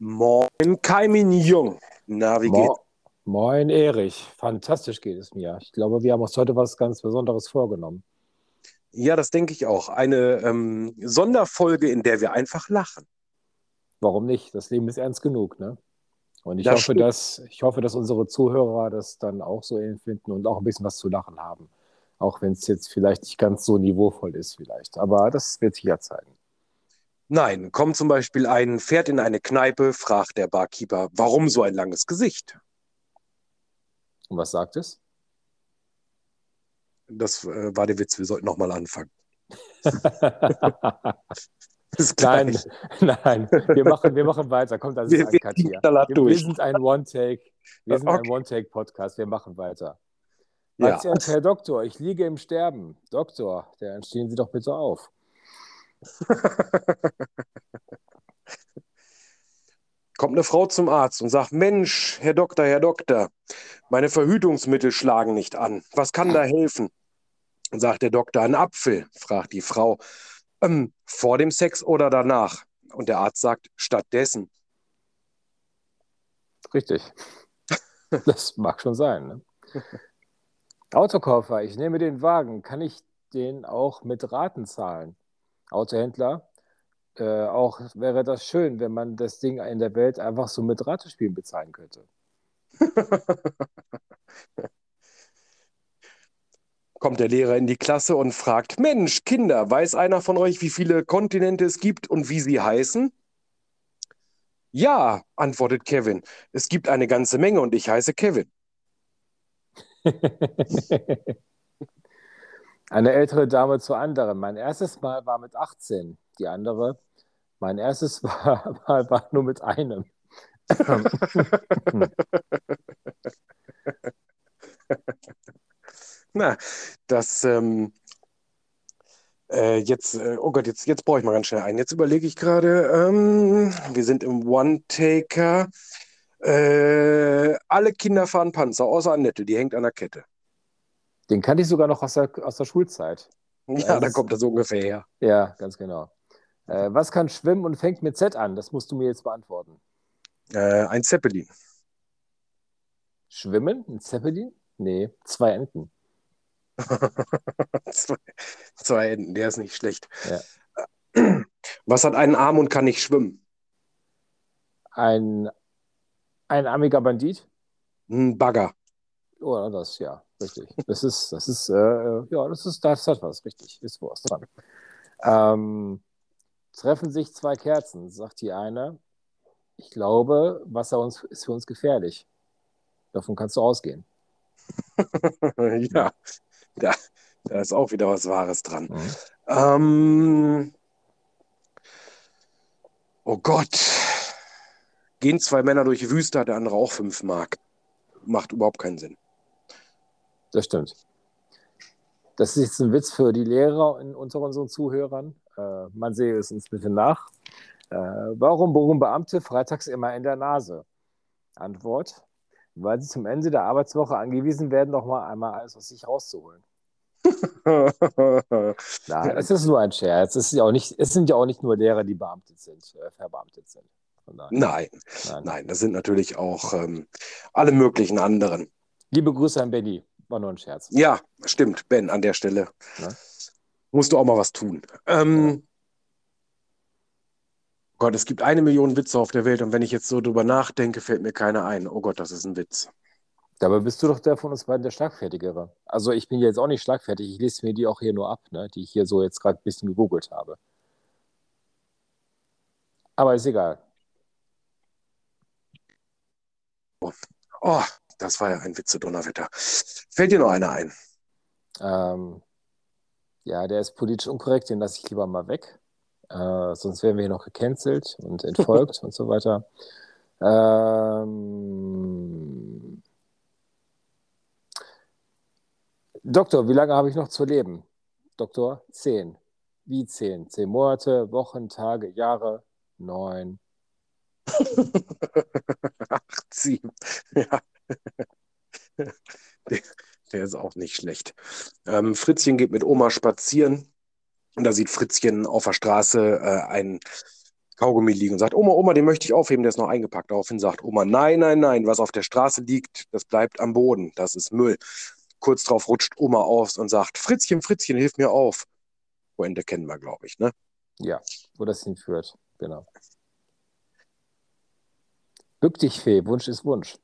Moin, Kaimin Jung. Na, wie geht's? Mo Moin Erich, fantastisch geht es mir. Ich glaube, wir haben uns heute was ganz Besonderes vorgenommen. Ja, das denke ich auch. Eine Sonderfolge, in der wir einfach lachen. Warum nicht? Das Leben ist ernst genug, ne? Und ich Das hoffe, stimmt. dass unsere Zuhörer das dann auch so empfinden und auch ein bisschen was zu lachen haben. Auch wenn es jetzt vielleicht nicht ganz so niveauvoll ist, vielleicht. Aber das wird sich ja zeigen. Nein, kommt zum Beispiel ein Pferd in eine Kneipe, fragt der Barkeeper, warum so ein langes Gesicht? Und was sagt es? Das war der Witz, wir sollten nochmal anfangen. Bis Nein, gleich. nein, wir machen weiter. Komm, das ist Wir ein Cut ziehen hier. knallhart Wir durch. sind ein One-Take, wir sind ein Okay, One-Take-Podcast. Wir machen weiter. ja. Patiente, Herr Doktor, ich liege im Sterben. Doktor, dann stehen Sie doch bitte auf. Kommt eine Frau zum Arzt und sagt, Mensch, Herr Doktor, meine Verhütungsmittel schlagen nicht an. Was kann da helfen? Sagt der Doktor, ein Apfel, fragt die Frau. Vor dem Sex oder danach? Und der Arzt sagt, stattdessen. Richtig, das mag schon sein. Ne? Autokäufer, ich nehme den Wagen. Kann ich den auch mit Raten zahlen? Autohändler, auch wäre das schön, wenn man das Ding in der Welt einfach so mit Ratespielen bezahlen könnte. Kommt der Lehrer in die Klasse und fragt, Mensch, Kinder, weiß einer von euch, wie viele Kontinente es gibt und wie sie heißen? Ja, antwortet Kevin. Es gibt eine ganze Menge und ich heiße Kevin. Eine ältere Dame zur anderen. Mein erstes Mal war mit 18. Die andere, mein erstes Mal war nur mit einem. Na, das, oh Gott, jetzt brauche ich mal ganz schnell einen. Jetzt überlege ich gerade, wir sind im One-Taker. Alle Kinder fahren Panzer, außer Annette, die hängt an der Kette. Den kannte ich sogar noch aus der Schulzeit. Da Ja, ist da es, kommt er so ungefähr her. ja, ganz genau. Was kann schwimmen und fängt mit Z an? Das musst du mir jetzt beantworten. Ein Zeppelin. Schwimmen? Ein Zeppelin? Nee, zwei Enten. Zwei, zwei Enden, der ist nicht schlecht. Ja. Was hat einen Arm und kann nicht schwimmen? Ein einarmiger Bandit? Ein Bagger. Oh, das, ja, richtig. Das hat was, richtig. Ist was dran. Treffen sich zwei Kerzen, sagt die eine. Ich glaube, ist für uns gefährlich. Davon kannst du ausgehen. Ja. Ja, da, da ist auch wieder was Wahres dran. Mhm. Ähm, oh Gott. Gehen zwei Männer durch die Wüste, hat der andere auch 5 Mark. Macht überhaupt keinen Sinn. Das stimmt. Das ist jetzt ein Witz für die Lehrer unter unseren Zuhörern. Man sehe es uns bitte nach. Warum bohren Beamte freitags immer in der Nase? Antwort: Weil sie zum Ende der Arbeitswoche angewiesen werden, noch mal einmal alles aus sich rauszuholen. Nein, es ist nur ein Scherz. Es sind ja auch nicht nur Lehrer, die verbeamtet sind. Von daher. Nein, Nein. nein, das sind natürlich auch alle möglichen anderen. Liebe Grüße an Benny. War nur ein Scherz. Ja, stimmt, Ben, an der Stelle Ne? musst du auch mal was tun. Ja. Gott, es gibt 1 Million Witze auf der Welt und wenn ich jetzt so drüber nachdenke, fällt mir keiner ein. Oh Gott, das ist ein Witz. Dabei bist du doch der von uns beiden der Schlagfertigere. Also ich bin jetzt auch nicht schlagfertig. Ich lese mir die auch hier nur ab, ne? Die ich hier so jetzt gerade ein bisschen gegoogelt habe. Aber ist egal. Oh, das war ja ein Witz, Donnerwetter. Fällt dir noch einer ein? Ähm, ja, der ist politisch unkorrekt, den lasse ich lieber mal weg. Sonst werden wir hier noch gecancelt und entfolgt und so weiter. Doktor, wie lange habe ich noch zu leben? Doktor, 10. Wie 10? 10 Monate, Wochen, Tage, Jahre, 9. 8, 7. Ja, der, der ist auch nicht schlecht. Fritzchen geht mit Oma spazieren und da sieht Fritzchen auf der Straße ein Kaugummi liegen und sagt, Oma, Oma, den möchte ich aufheben, der ist noch eingepackt. Daraufhin sagt Oma, nein, nein, nein, was auf der Straße liegt, das bleibt am Boden, das ist Müll. Kurz drauf rutscht Oma aus und sagt, Fritzchen, Fritzchen, hilf mir auf. Ende kennen wir, glaube ich, ne? Ja, wo das hinführt. Genau. Bück dich, Fee, Wunsch ist Wunsch.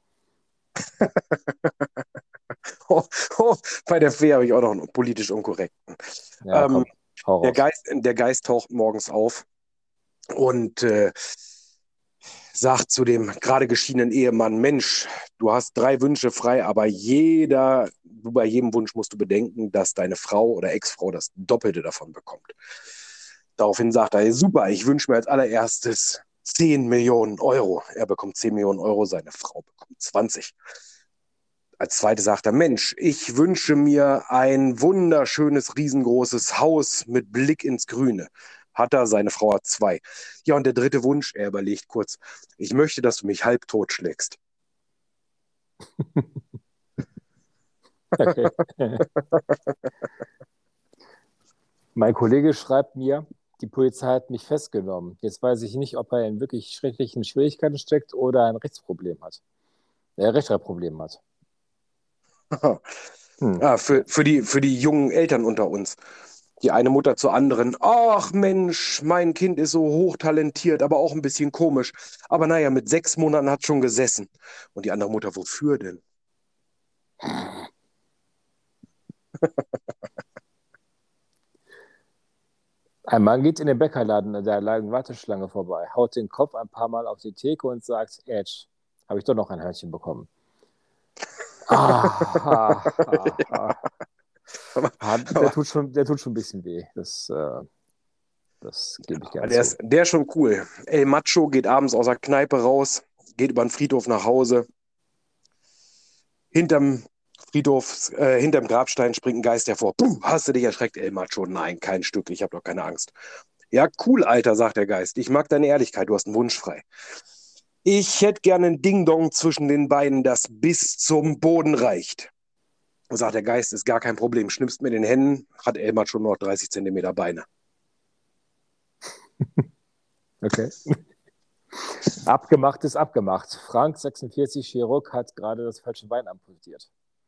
Oh, oh, bei der Fee habe ich auch noch einen politisch unkorrekten. Ja, komm, hau raus. Der Geist taucht morgens auf und sagt zu dem gerade geschiedenen Ehemann, Mensch, du hast 3 Wünsche frei, aber bei jedem Wunsch musst du bedenken, dass deine Frau oder Ex-Frau das Doppelte davon bekommt. Daraufhin sagt er, super, ich wünsche mir als allererstes 10 Millionen Euro. Er bekommt 10 Millionen Euro, seine Frau bekommt 20. Als zweites sagt er, Mensch, ich wünsche mir ein wunderschönes, riesengroßes Haus mit Blick ins Grüne. Hat er, seine Frau hat 2. Ja, und der dritte Wunsch, er überlegt kurz, ich möchte, dass du mich halbtot schlägst. Okay. Mein Kollege schreibt mir, die Polizei hat mich festgenommen. Jetzt weiß ich nicht, ob er in wirklich schrecklichen Schwierigkeiten steckt oder ein Rechtsproblem hat. Rechtschreibproblem hat. Für die jungen Eltern unter uns. Die eine Mutter zur anderen, ach Mensch, mein Kind ist so hochtalentiert, aber auch ein bisschen komisch. Aber naja, mit 6 Monaten hat schon gesessen. Und die andere Mutter, wofür denn? Ein Mann geht in den Bäckerladen an der langen Warteschlange vorbei, haut den Kopf ein paar Mal auf die Theke und sagt, Edge, habe ich doch noch ein Hörnchen bekommen. Der tut schon ein bisschen weh. Das gebe ich gerne zu. Der ist schon cool. El Macho geht abends aus der Kneipe raus, geht über den Friedhof nach Hause. Hinterm Grabstein springt ein Geist hervor. Puh, hast du dich erschreckt, El Macho? Nein, kein Stück, ich habe doch keine Angst. Ja, cool, Alter, sagt der Geist. Ich mag deine Ehrlichkeit, du hast einen Wunsch frei. Ich hätte gerne ein Ding-Dong zwischen den Beinen, das bis zum Boden reicht. Und sagt der Geist, ist gar kein Problem. Schnippst mit den Händen, hat El Macho noch 30 Zentimeter Beine. Okay. Abgemacht ist abgemacht. Frank, 46, Chirurg, hat gerade das falsche Bein amputiert.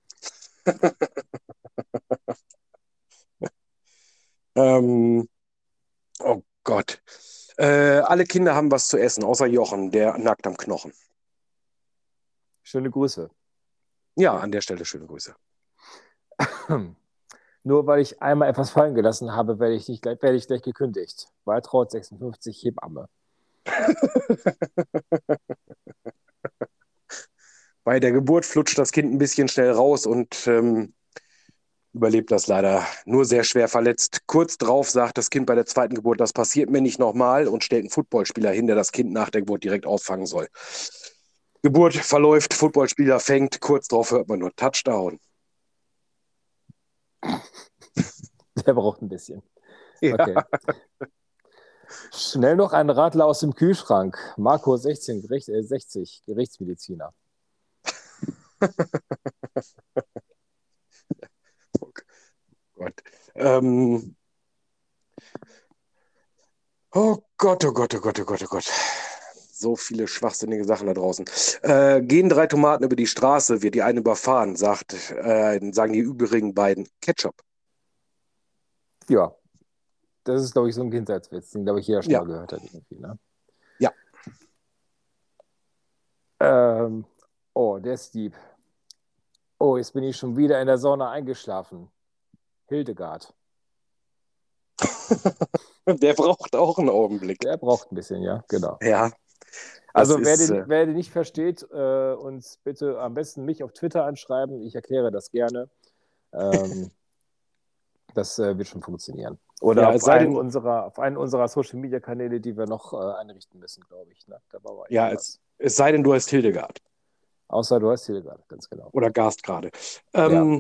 Oh Gott. Alle Kinder haben was zu essen, außer Jochen, der nagt am Knochen. Schöne Grüße. Ja, an der Stelle schöne Grüße. Nur weil ich einmal etwas fallen gelassen habe, werde ich gleich gekündigt. Waltraud, 56, Hebamme. Bei der Geburt flutscht das Kind ein bisschen schnell raus und überlebt das leider nur sehr schwer verletzt. Kurz drauf sagt das Kind bei der zweiten Geburt, das passiert mir nicht nochmal und stellt einen Footballspieler hin, der das Kind nach der Geburt direkt auffangen soll. Geburt verläuft, Footballspieler fängt, kurz drauf hört man nur Touchdown. Der braucht ein bisschen. Ja. Okay. Schnell noch ein Radler aus dem Kühlschrank. Marco 60, Gerichtsmediziner. Oh Gott. Oh Gott, oh Gott, oh Gott, oh Gott, oh Gott. So viele schwachsinnige Sachen da draußen. Gehen 3 Tomaten über die Straße, wird die eine überfahren, sagen die übrigen beiden Ketchup. Ja, das ist, glaube ich, so ein Kindheitswitz, den, glaube ich, jeder schon mal gehört hat. Irgendwie, ne? Ja. Der ist deep. Oh, jetzt bin ich schon wieder in der Sauna eingeschlafen. Hildegard. Der braucht auch einen Augenblick. Der braucht ein bisschen, ja, genau. Ja. Also wer den nicht versteht, uns bitte am besten mich auf Twitter anschreiben. Ich erkläre das gerne. Das wird schon funktionieren. Oder ja, auf einen unserer Social-Media-Kanäle, die wir noch einrichten müssen, glaube ich. Ne? Da war ja, es sei denn, du heißt Hildegard. Außer du heißt Hildegard, ganz genau. Oder Gast gerade. Ja.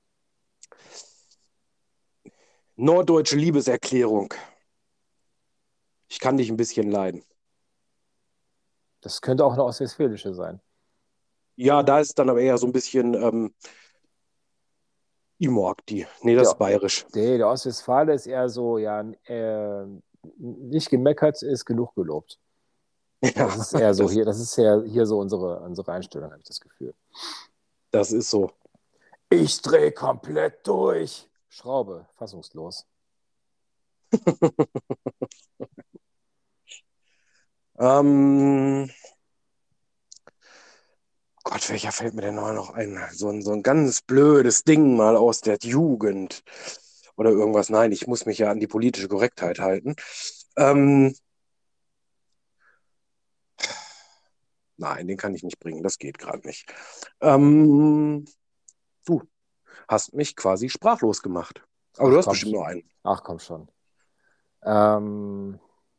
Norddeutsche Liebeserklärung. Ich kann dich ein bisschen leiden. Das könnte auch eine ostwestfälische sein. Ja, da ist dann aber eher so ein bisschen, Imorg, die. Nee, das ist bayerisch. Der Ostwestfale ist eher so, ja, nicht gemeckert, ist genug gelobt. Ja, Das ist eher so hier, das ist ja hier so unsere Einstellung, habe ich das Gefühl. das ist so. Ich drehe komplett durch. Schraube, fassungslos. Ähm, Gott, welcher fällt mir denn noch ein? So ein ganz blödes Ding mal aus der Jugend oder irgendwas. Nein, ich muss mich ja an die politische Korrektheit halten. Ähm, nein, den kann ich nicht bringen. Das geht gerade nicht. Ähm, du hast mich quasi sprachlos gemacht. Aber du Ach hast komm, bestimmt noch einen. ach komm schon. Ähm,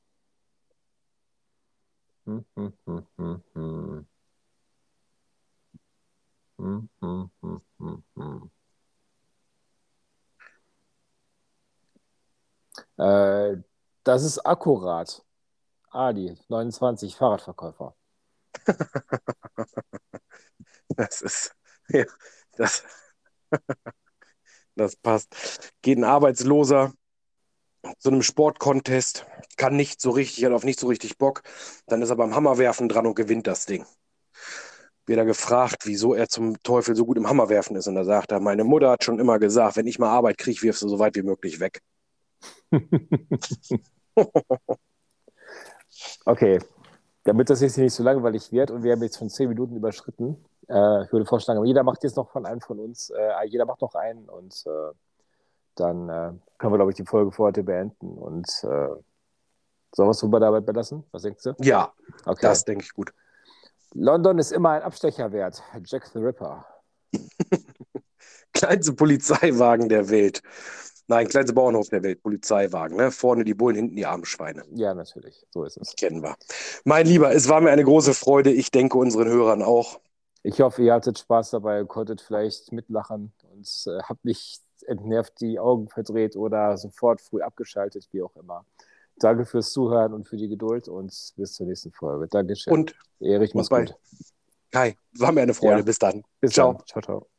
hm, hm, hm, hm, hm. Hm, hm, hm, hm, hm. Äh, Das ist akkurat. Ali, 29, Fahrradverkäufer. Das ist, ja, das, das passt. Geht ein Arbeitsloser zu einem Sportcontest, kann nicht so richtig, hat auf nicht so richtig Bock. Dann ist er beim Hammerwerfen dran und gewinnt das Ding. Wird er gefragt, wieso er zum Teufel so gut im Hammerwerfen ist. Und da sagt er, meine Mutter hat schon immer gesagt, wenn ich mal Arbeit kriege, wirfst du so weit wie möglich weg. Okay, damit das jetzt hier nicht so langweilig wird und wir haben jetzt schon 10 Minuten überschritten, ich würde vorschlagen, jeder macht jetzt noch von einem von uns, jeder macht noch einen und dann können wir, glaube ich, die Folge für heute beenden und sollen wir es drüber dabei belassen? Was denkst du? Ja, Okay. das denke ich gut. London ist immer ein Abstecher wert. Jack the Ripper. Kleinste Polizeiwagen der Welt. Nein, kleinste Bauernhof der Welt, Polizeiwagen. Ne? Vorne die Bullen, hinten die armen Schweine. Ja, natürlich, so ist es. Kennen wir. Mein Lieber, es war mir eine große Freude. Ich denke unseren Hörern auch. Ich hoffe, ihr hattet Spaß dabei, konntet vielleicht mitlachen und habt nicht entnervt die Augen verdreht oder sofort früh abgeschaltet, wie auch immer. Danke fürs Zuhören und für die Geduld und bis zur nächsten Folge. Dankeschön. Und, Erich, und mach's bei gut. Kai, war mir eine Freude. Ja, Bis dann. bis Ciao. dann. Ciao, ciao.